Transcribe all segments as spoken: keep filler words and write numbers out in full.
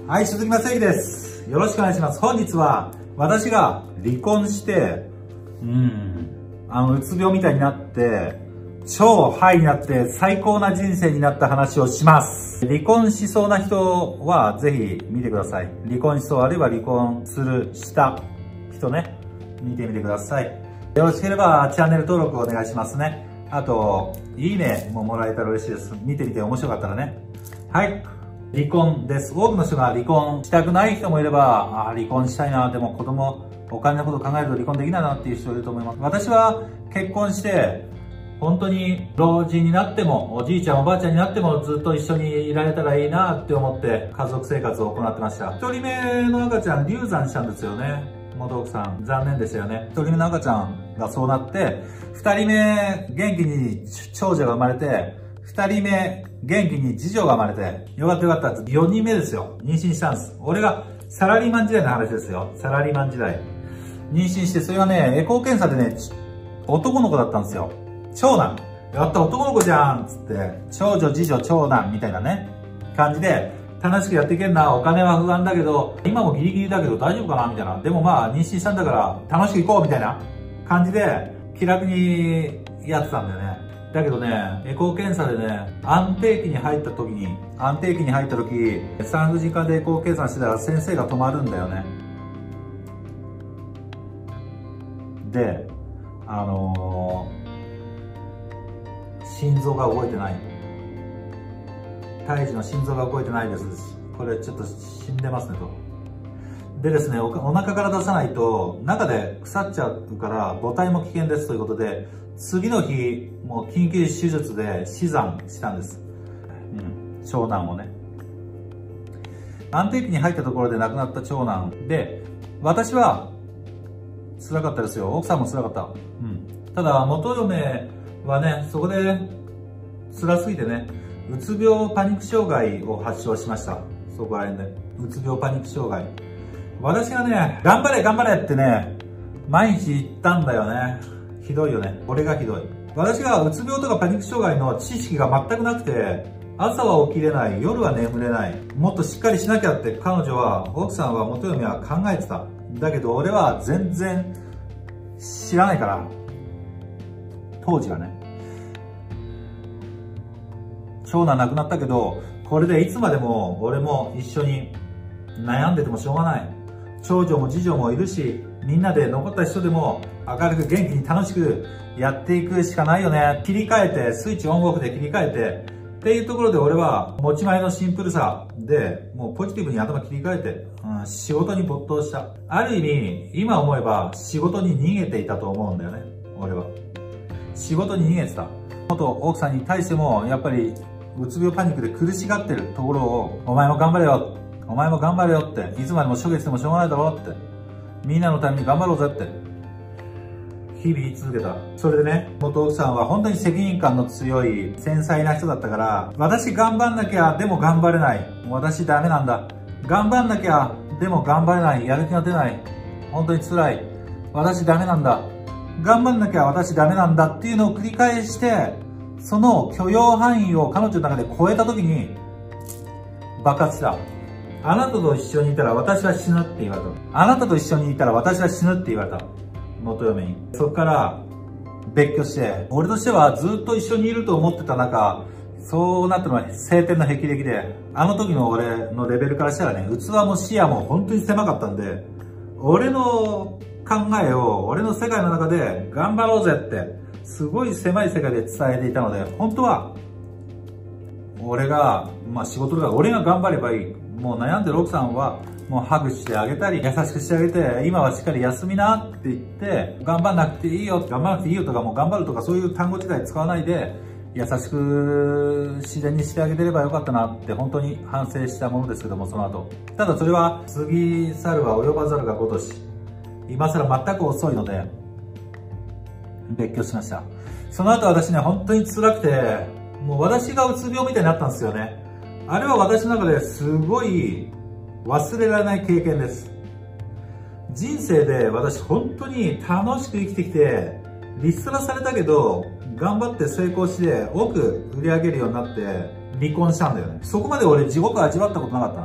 はい、鈴木正幸です。よろしくお願いします。本日は、私が離婚して、うん、あの、うつ病みたいになって、超ハイになって最高な人生になった話をします。離婚しそうな人はぜひ見てください。離婚しそう、あるいは離婚する、した人ね、見てみてください。よろしければチャンネル登録お願いしますね。あと、いいねももらえたら嬉しいです。見てみて面白かったらね。はい。離婚です。多くの人が離婚したくない人もいれば、あ離婚したいな、でも子供、お金のことを考えると離婚できないなっていう人いると思います。私は結婚して、本当に老人になっても、おじいちゃんおばあちゃんになってもずっと一緒にいられたらいいなって思って家族生活を行ってました。一人目の赤ちゃん流産したんですよね。元奥さん。残念でしたよね。一人目の赤ちゃんがそうなって、二人目元気に長女が生まれて、二人目元気に次女が生まれて、よかったよかったって、よにんめですよ。妊娠したんです。俺がサラリーマン時代の話ですよ。サラリーマン時代。妊娠して、それがね、エコー検査でね、男の子だったんですよ。長男。やった男の子じゃんつって、長女、次女、長男みたいなね、感じで、楽しくやっていけんな、お金は不安だけど、今もギリギリだけど大丈夫かなみたいな。でもまあ、妊娠したんだから楽しく行こうみたいな感じで、気楽にやってたんだよね。だけどね、エコー検査でね、安定期に入った時に、安定期に入った時、産婦人科でエコー検査してたら先生が止まるんだよね。で、あのー、心臓が動いてない。胎児の心臓が動いてないです。これちょっと死んでますねと。でですね、お、お腹から出さないと中で腐っちゃうから母体も危険ですということで、次の日、もう緊急手術で死産したんです。うん、長男をね。安定期に入ったところで亡くなった長男で、私は辛かったですよ。奥さんも辛かった。うん。ただ、元嫁はね、そこで辛すぎてね、うつ病パニック障害を発症しました。そこら辺で。うつ病パニック障害。私がね、頑張れ頑張れってね、毎日言ったんだよね。ひどいよね。俺がひどい。私がうつ病とかパニック障害の知識が全くなくて、朝は起きれない、夜は眠れない。もっとしっかりしなきゃって彼女は、奥さんは元嫁は考えてた。だけど俺は全然知らないから。当時はね。長男亡くなったけど、これでいつまでも俺も一緒に悩んでてもしょうがない。長女も次女もいるし、みんなで残った人でも明るく元気に楽しくやっていくしかないよね。切り替えて、スイッチオンオフで切り替えて、っていうところで俺は持ち前のシンプルさで、もうポジティブに頭切り替えて、うん、仕事に没頭した。ある意味、今思えば仕事に逃げていたと思うんだよね、俺は。仕事に逃げてた。元奥さんに対しても、やっぱり、うつ病パニックで苦しがってるところを、お前も頑張れよ。お前も頑張れよって。いつまでも初月でもしょうがないだろうって。みんなのために頑張ろうぜって。日々言い続けた。それでね、元奥さんは本当に責任感の強い繊細な人だったから、私頑張んなきゃ、でも頑張れない。私ダメなんだ。頑張んなきゃ、でも頑張れない。やる気が出ない。本当に辛い。私ダメなんだ。頑張んなきゃ私ダメなんだっていうのを繰り返して、その許容範囲を彼女の中で超えた時に爆発した。あなたと一緒にいたら私は死ぬって言われた。あなたと一緒にいたら私は死ぬって言われた。元嫁に。そこから別居して、俺としてはずっと一緒にいると思ってた中、そうなったのは晴天の霹靂で、あの時の俺のレベルからしたらね、器も視野も本当に狭かったんで、俺の考えを俺の世界の中で頑張ろうぜってすごい狭い世界で伝えていたので、本当は俺がまあ仕事とか俺が頑張ればいい。もう悩んでる奥さんはもうハグしてあげたり優しくしてあげて、今はしっかり休みなって言って頑張んなくていいよ、頑張らなくていいよとか、もう頑張るとかそういう単語自体使わないで優しく自然にしてあげてればよかったなって本当に反省したものですけども、その後ただそれは過ぎ去るは及ばざるが如し、今更全く遅いので別居しました。その後私ね、本当に辛くて、もう私がうつ病みたいになったんですよね。あれは私の中ですごい忘れられない経験です。人生で私本当に楽しく生きてきて、リストラされたけど、頑張って成功して多く売り上げるようになって離婚したんだよね。そこまで俺地獄味わったことなかったな。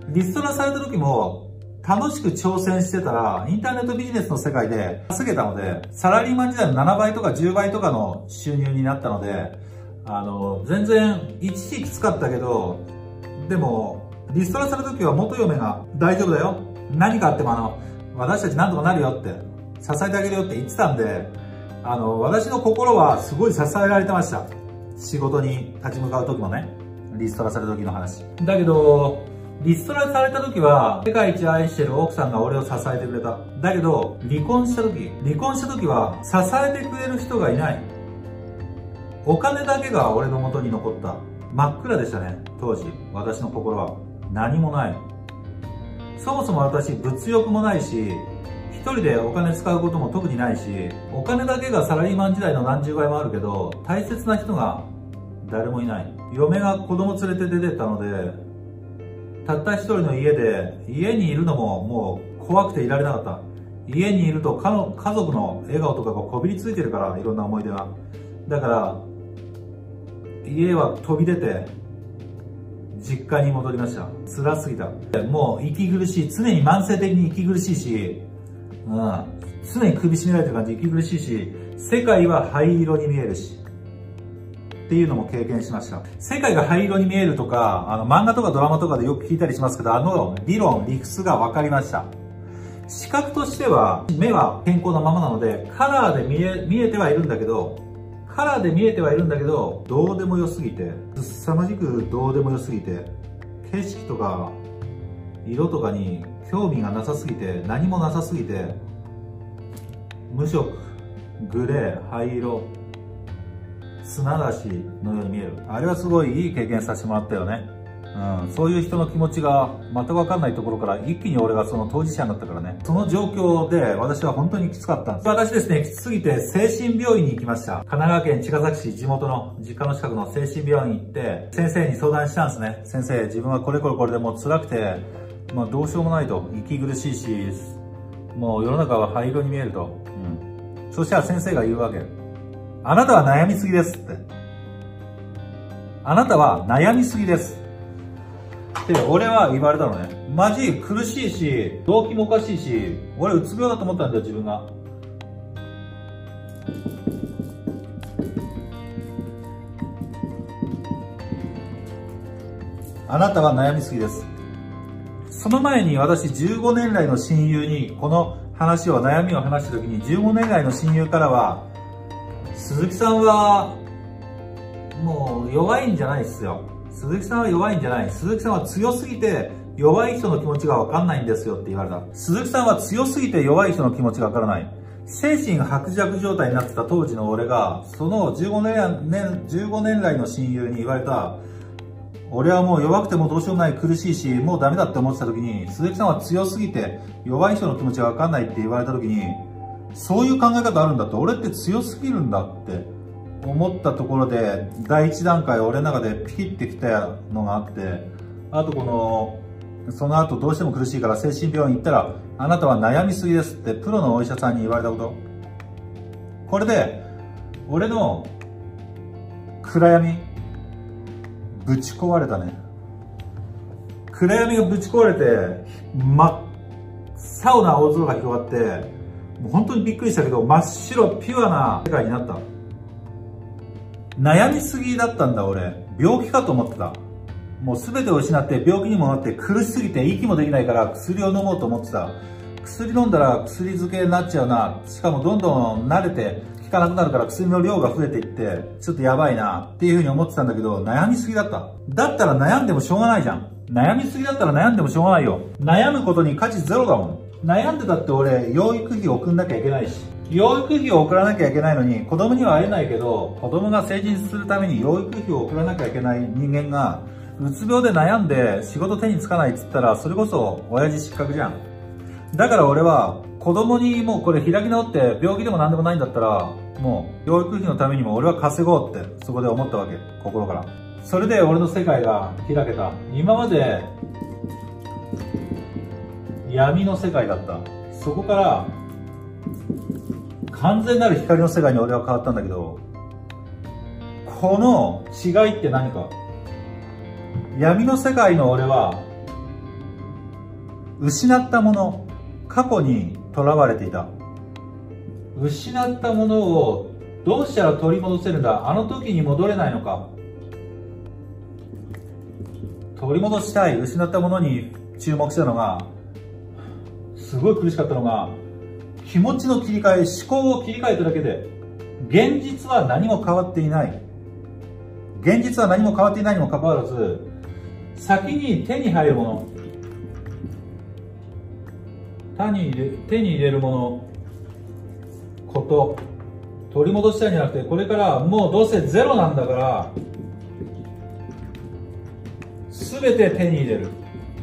リストラされた時も楽しく挑戦してたら、インターネットビジネスの世界で稼げたので、サラリーマン時代のななばいとかじゅうばいとかの収入になったので、あの、全然一時きつかったけど、でも、リストラされた時は元嫁が大丈夫だよ。何かあってもあの、私たちなんとかなるよって、支えてあげるよって言ってたんで、あの、私の心はすごい支えられてました。仕事に立ち向かう時もね、リストラされた時の話。だけど、リストラされた時は、世界一愛してる奥さんが俺を支えてくれた。だけど、離婚した時、離婚した時は、支えてくれる人がいない。お金だけが俺の元に残った。真っ暗でしたね、当時。私の心は。何もない。そもそも私、物欲もないし、一人でお金使うことも特にないし、お金だけがサラリーマン時代の何十倍もあるけど、大切な人が誰もいない。嫁が子供連れて出てったので、たった一人の家で、家にいるのももう怖くていられなかった。家にいると家の家族の笑顔とかがこびりついてるから、いろんな思い出が。だから、家は飛び出て、実家に戻りました。辛すぎた。もう息苦しい。常に慢性的に息苦しいし、うん、常に首絞められてる感じ、息苦しいし、世界は灰色に見えるし。っていうのも経験しました。世界が灰色に見えるとか、あの漫画とかドラマとかでよく聞いたりしますけど、あの理論、理屈が分かりました。視覚としては、目は健康なままなので、カラーで見え、見えてはいるんだけど、カラーで見えてはいるんだけど、どうでもよすぎて、凄まじくどうでもよすぎて、景色とか、色とかに興味がなさすぎて、何もなさすぎて、無色、グレー、灰色、砂出しのように見える。あれはすごいいい経験させてもらったよね。うん、そういう人の気持ちが全く分かんないところから一気に俺がその当事者になったからね。その状況で私は本当にきつかったんです。私ですね、きつすぎて精神病院に行きました。神奈川県茅ヶ崎市、地元の実家の近くの精神病院に行って、先生に相談したんですね。先生、自分はこれこれこれでもう辛くて、まあどうしようもないと。息苦しいし、もう世の中は灰色に見えると。うん。そしたら先生が言うわけ。あなたは悩みすぎですって。あなたは悩みすぎです。って俺は言われたのね。マジ苦しいし、動機もおかしいし、俺うつ病だと思ったんだよ、自分が。あなたは悩みすぎです。その前に私じゅうごねん来の親友にこの話を、悩みを話した時にじゅうごねん来の親友からは、鈴木さんはもう弱いんじゃないっすよ。鈴木さんは弱いんじゃない。鈴木さんは強すぎて弱い人の気持ちがわかんないんですよって言われた。鈴木さんは強すぎて弱い人の気持ちがわからない。精神が薄弱状態になってた当時の俺が、そのじゅうごねん、じゅうごねん来の親友に言われた、俺はもう弱くてもどうしようもない苦しいし、もうダメだって思ってた時に、鈴木さんは強すぎて弱い人の気持ちがわかんないって言われた時に、そういう考え方あるんだって、俺って強すぎるんだって思ったところで、第一段階俺の中でピキってきたのがあって、あとこの、その後どうしても苦しいから精神病院行ったら、あなたは悩みすぎですってプロのお医者さんに言われたこと。これで、俺の暗闇、ぶち壊れたね。暗闇がぶち壊れて、真っ青な青空が広がって、もう本当にびっくりしたけど、真っ白ピュアな世界になった。悩みすぎだったんだ俺。病気かと思ってた。もう全てを失って病気にもなって苦しすぎて息もできないから薬を飲もうと思ってた。薬飲んだら薬漬けになっちゃうな。しかもどんどん慣れて効かなくなるから薬の量が増えていって、ちょっとやばいなっていうふうに思ってたんだけど、悩みすぎだった。だったら悩んでもしょうがないじゃん。悩みすぎだったら悩んでもしょうがないよ。悩むことに価値ゼロだもん。悩んでたって俺、養育費を送んなきゃいけないし。養育費を送らなきゃいけないのに、子供には会えないけど、子供が成人するために養育費を送らなきゃいけない人間が、うつ病で悩んで仕事手につかないって言ったら、それこそ親父失格じゃん。だから俺は、子供にもうこれ開き直って病気でも何でもないんだったら、もう養育費のためにも俺は稼ごうって、そこで思ったわけ。心から。それで俺の世界が開けた。今まで、闇の世界だった。そこから、完全なる光の世界に俺は変わったんだけど、この違いって何か。闇の世界の俺は、 失ったもの、過去にとらわれていた。失ったものをどうしたら取り戻せるんだ。あの時に戻れないのか。取り戻したい、失ったものに注目したのが、すごい苦しかったのが、気持ちの切り替え、思考を切り替えただけで、現実は何も変わっていない。現実は何も変わっていないにもかかわらず、先に手に入るもの、手に入れ、手に入れるもの、こと、取り戻したいんじゃなくて、これからもうどうせゼロなんだから、すべて手に入れる。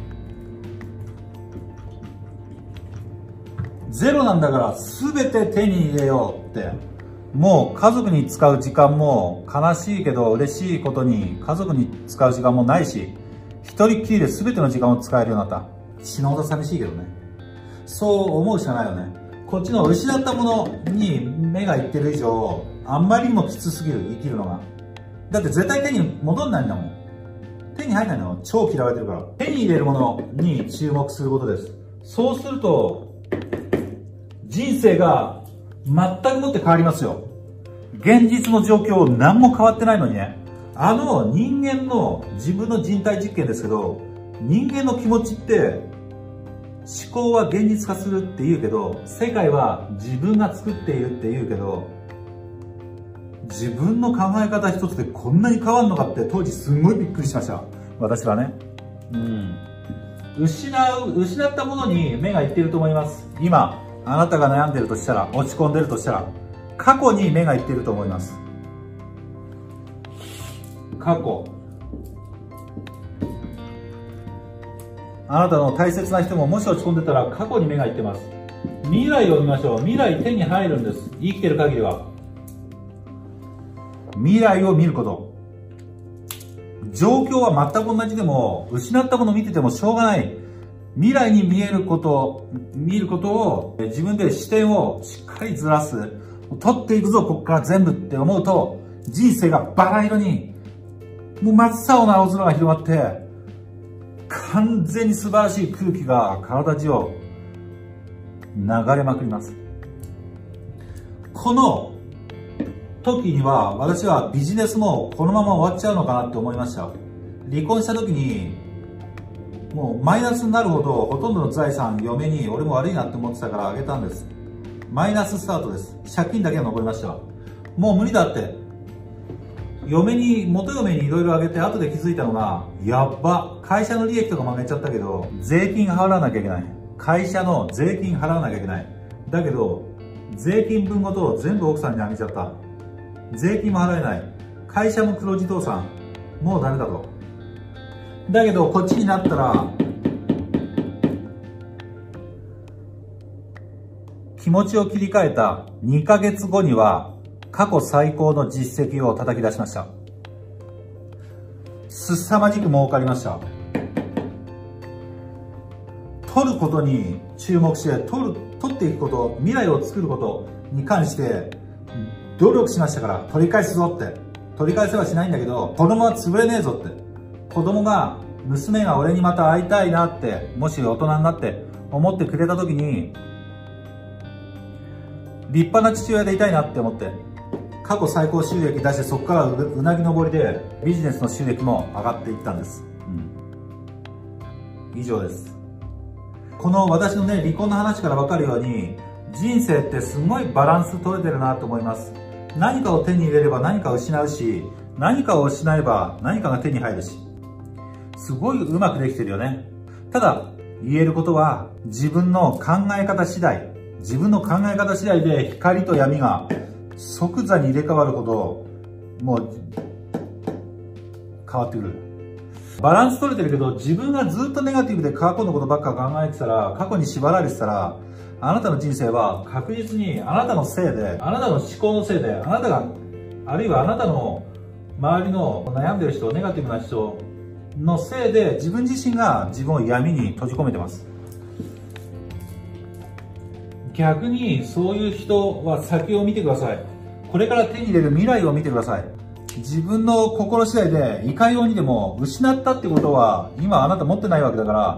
ゼロなんだからすべて手に入れようって。もう家族に使う時間も悲しいけど嬉しいことに家族に使う時間もないし、一人っきりで全ての時間を使えるようになった。死ぬほど寂しいけどね。そう思うしかないよね。こっちの失ったものに目がいってる以上、あんまりにもきつすぎる、生きるのが。だって絶対手に戻んないんだもん。手に入らないの。超嫌われてるから。手に入れるものに注目することです。そうすると、人生が全くもって変わりますよ。現実の状況何も変わってないのにね。あの人間の自分の人体実験ですけど、人間の気持ちって思考は現実化するって言うけど、世界は自分が作っているって言うけど、自分の考え方一つでこんなに変わるのかって当時すんごいびっくりしました。私はね。うん。失う、失ったものに目がいっていると思います。今、あなたが悩んでるとしたら、落ち込んでるとしたら、過去に目がいっていると思います。過去。あなたの大切な人ももし落ち込んでたら過去に目がいってます。未来を見ましょう。未来手に入るんです。生きてる限りは。未来を見ること。状況は全く同じでも、失ったものを見ててもしょうがない。未来に見えること、見ることを、自分で視点をしっかりずらす。取っていくぞ、こっから全部って思うと、人生がバラ色に、もう真っ青な青空が広がって、完全に素晴らしい空気が体中を流れまくります。この時には私はビジネスもこのまま終わっちゃうのかなって思いました。離婚した時にもうマイナスになるほどほとんどの財産嫁に俺も悪いなって思ってたからあげたんです。マイナススタートです。借金だけが残りました。もう無理だって。嫁に、元嫁にいろいろあげて後で気づいたのが、やっば、会社の利益とかもあげちゃったけど、税金払わなきゃいけない。会社の税金払わなきゃいけない。だけど、税金分ごと全部奥さんにあげちゃった。税金も払えない。会社も黒字倒産。もうダメだと。だけど、こっちになったら、気持ちを切り替えたにかげつごには、過去最高の実績を叩き出しました。すさまじく儲かりました。取ることに注目して、取る、取っていくこと、未来を作ることに関して、努力しましたから、取り返すぞって。取り返せはしないんだけど、子供は潰れねえぞって。子供が、娘が俺にまた会いたいなって、もし大人になって思ってくれた時に、立派な父親でいたいなって思って、過去最高収益出して、そこからう, うなぎ登りでビジネスの収益も上がっていったんです。うん、以上です。この私のね、離婚の話から分かるように、人生ってすごいバランス取れてるなと思います。何かを手に入れれば何かを失うし、何かを失えば何かが手に入るし、すごいうまくできてるよね。ただ、言えることは、自分の考え方次第、自分の考え方次第で光と闇が即座に入れ替わるほど、もう、変わってくる。バランス取れてるけど、自分がずっとネガティブで過去のことばっか考えてたら、過去に縛られてたら、あなたの人生は確実にあなたのせいで、あなたの思考のせいで、あなたが、あるいはあなたの周りの悩んでる人、ネガティブな人のせいで、自分自身が自分を闇に閉じ込めてます。逆にそういう人は先を見てください。これから手に入れる未来を見てください。自分の心次第でいかようにでも失ったってことは今あなた持ってないわけだから、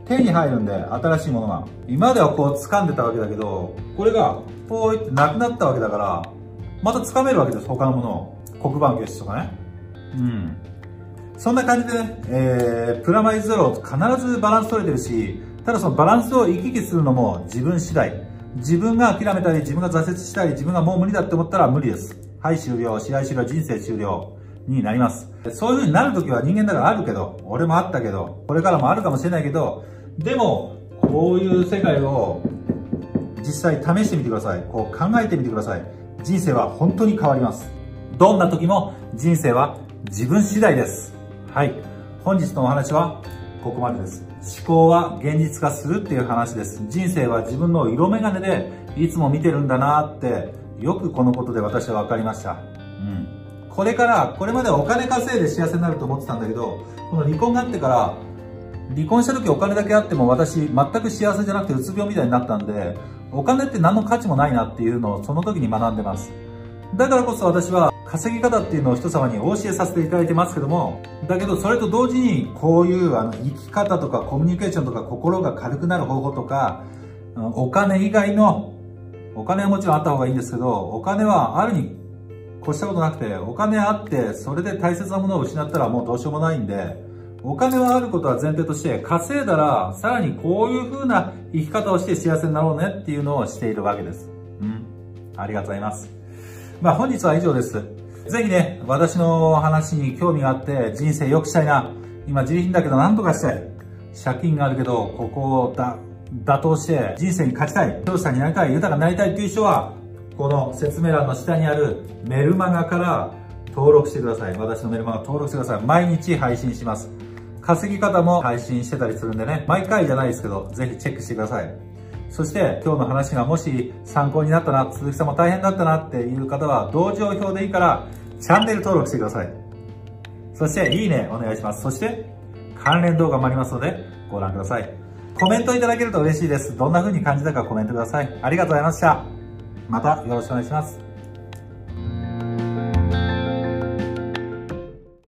手に入るんで、新しいものが。今まではこう掴んでたわけだけど、これがこういってなくなったわけだから、また掴めるわけです、他のものを。黒板消しとかね。うん。そんな感じでね、えー、プラマイゼロ必ずバランス取れてるし、ただそのバランスを行き来するのも自分次第。自分が諦めたり、自分が挫折したり、自分がもう無理だって思ったら無理です。はい、終了、試合終了、人生終了になります。そういう風になるときは人間だからあるけど、俺もあったけど、これからもあるかもしれないけど、でも、こういう世界を実際試してみてください。こう考えてみてください。人生は本当に変わります。どんな時も人生は自分次第です。はい。本日のお話はここまでです。思考は現実化するっていう話です。人生は自分の色眼鏡でいつも見てるんだなって、よくこのことで私は分かりました。うん。これから、これまではお金稼いで幸せになると思ってたんだけど、この離婚があってから、離婚した時お金だけあっても私全く幸せじゃなくてうつ病みたいになったんで、お金って何の価値もないなっていうのをその時に学んでます。だからこそ私は稼ぎ方っていうのを人様にお教えさせていただいてますけども、だけどそれと同時にこういうあの生き方とかコミュニケーションとか心が軽くなる方法とか、お金以外の、お金はもちろんあった方がいいんですけど、お金はあるに越したことなくて、お金あってそれで大切なものを失ったらもうどうしようもないんで、お金はあることは前提として、稼いだらさらにこういう風な生き方をして幸せになろうねっていうのをしているわけです。うん。ありがとうございます。まあ本日は以上です。ぜひね、私の話に興味があって人生良くしたいな。今自利品だけど何とかしたい。借金があるけど、ここをだ打倒して人生に勝ちたい。強者になりたい。豊かになりたいっていう人は、この説明欄の下にあるメルマガから登録してください。私のメルマガ登録してください。毎日配信します。稼ぎ方も配信してたりするんでね、毎回じゃないですけど、ぜひチェックしてください。そして今日の話がもし参考になったな、鈴木さんも大変だったなっていう方は同情票でいいからチャンネル登録してください。そしていいねお願いします。そして関連動画もありますのでご覧ください。コメントいただけると嬉しいです。どんな風に感じたかコメントください。ありがとうございました。またよろしくお願いします。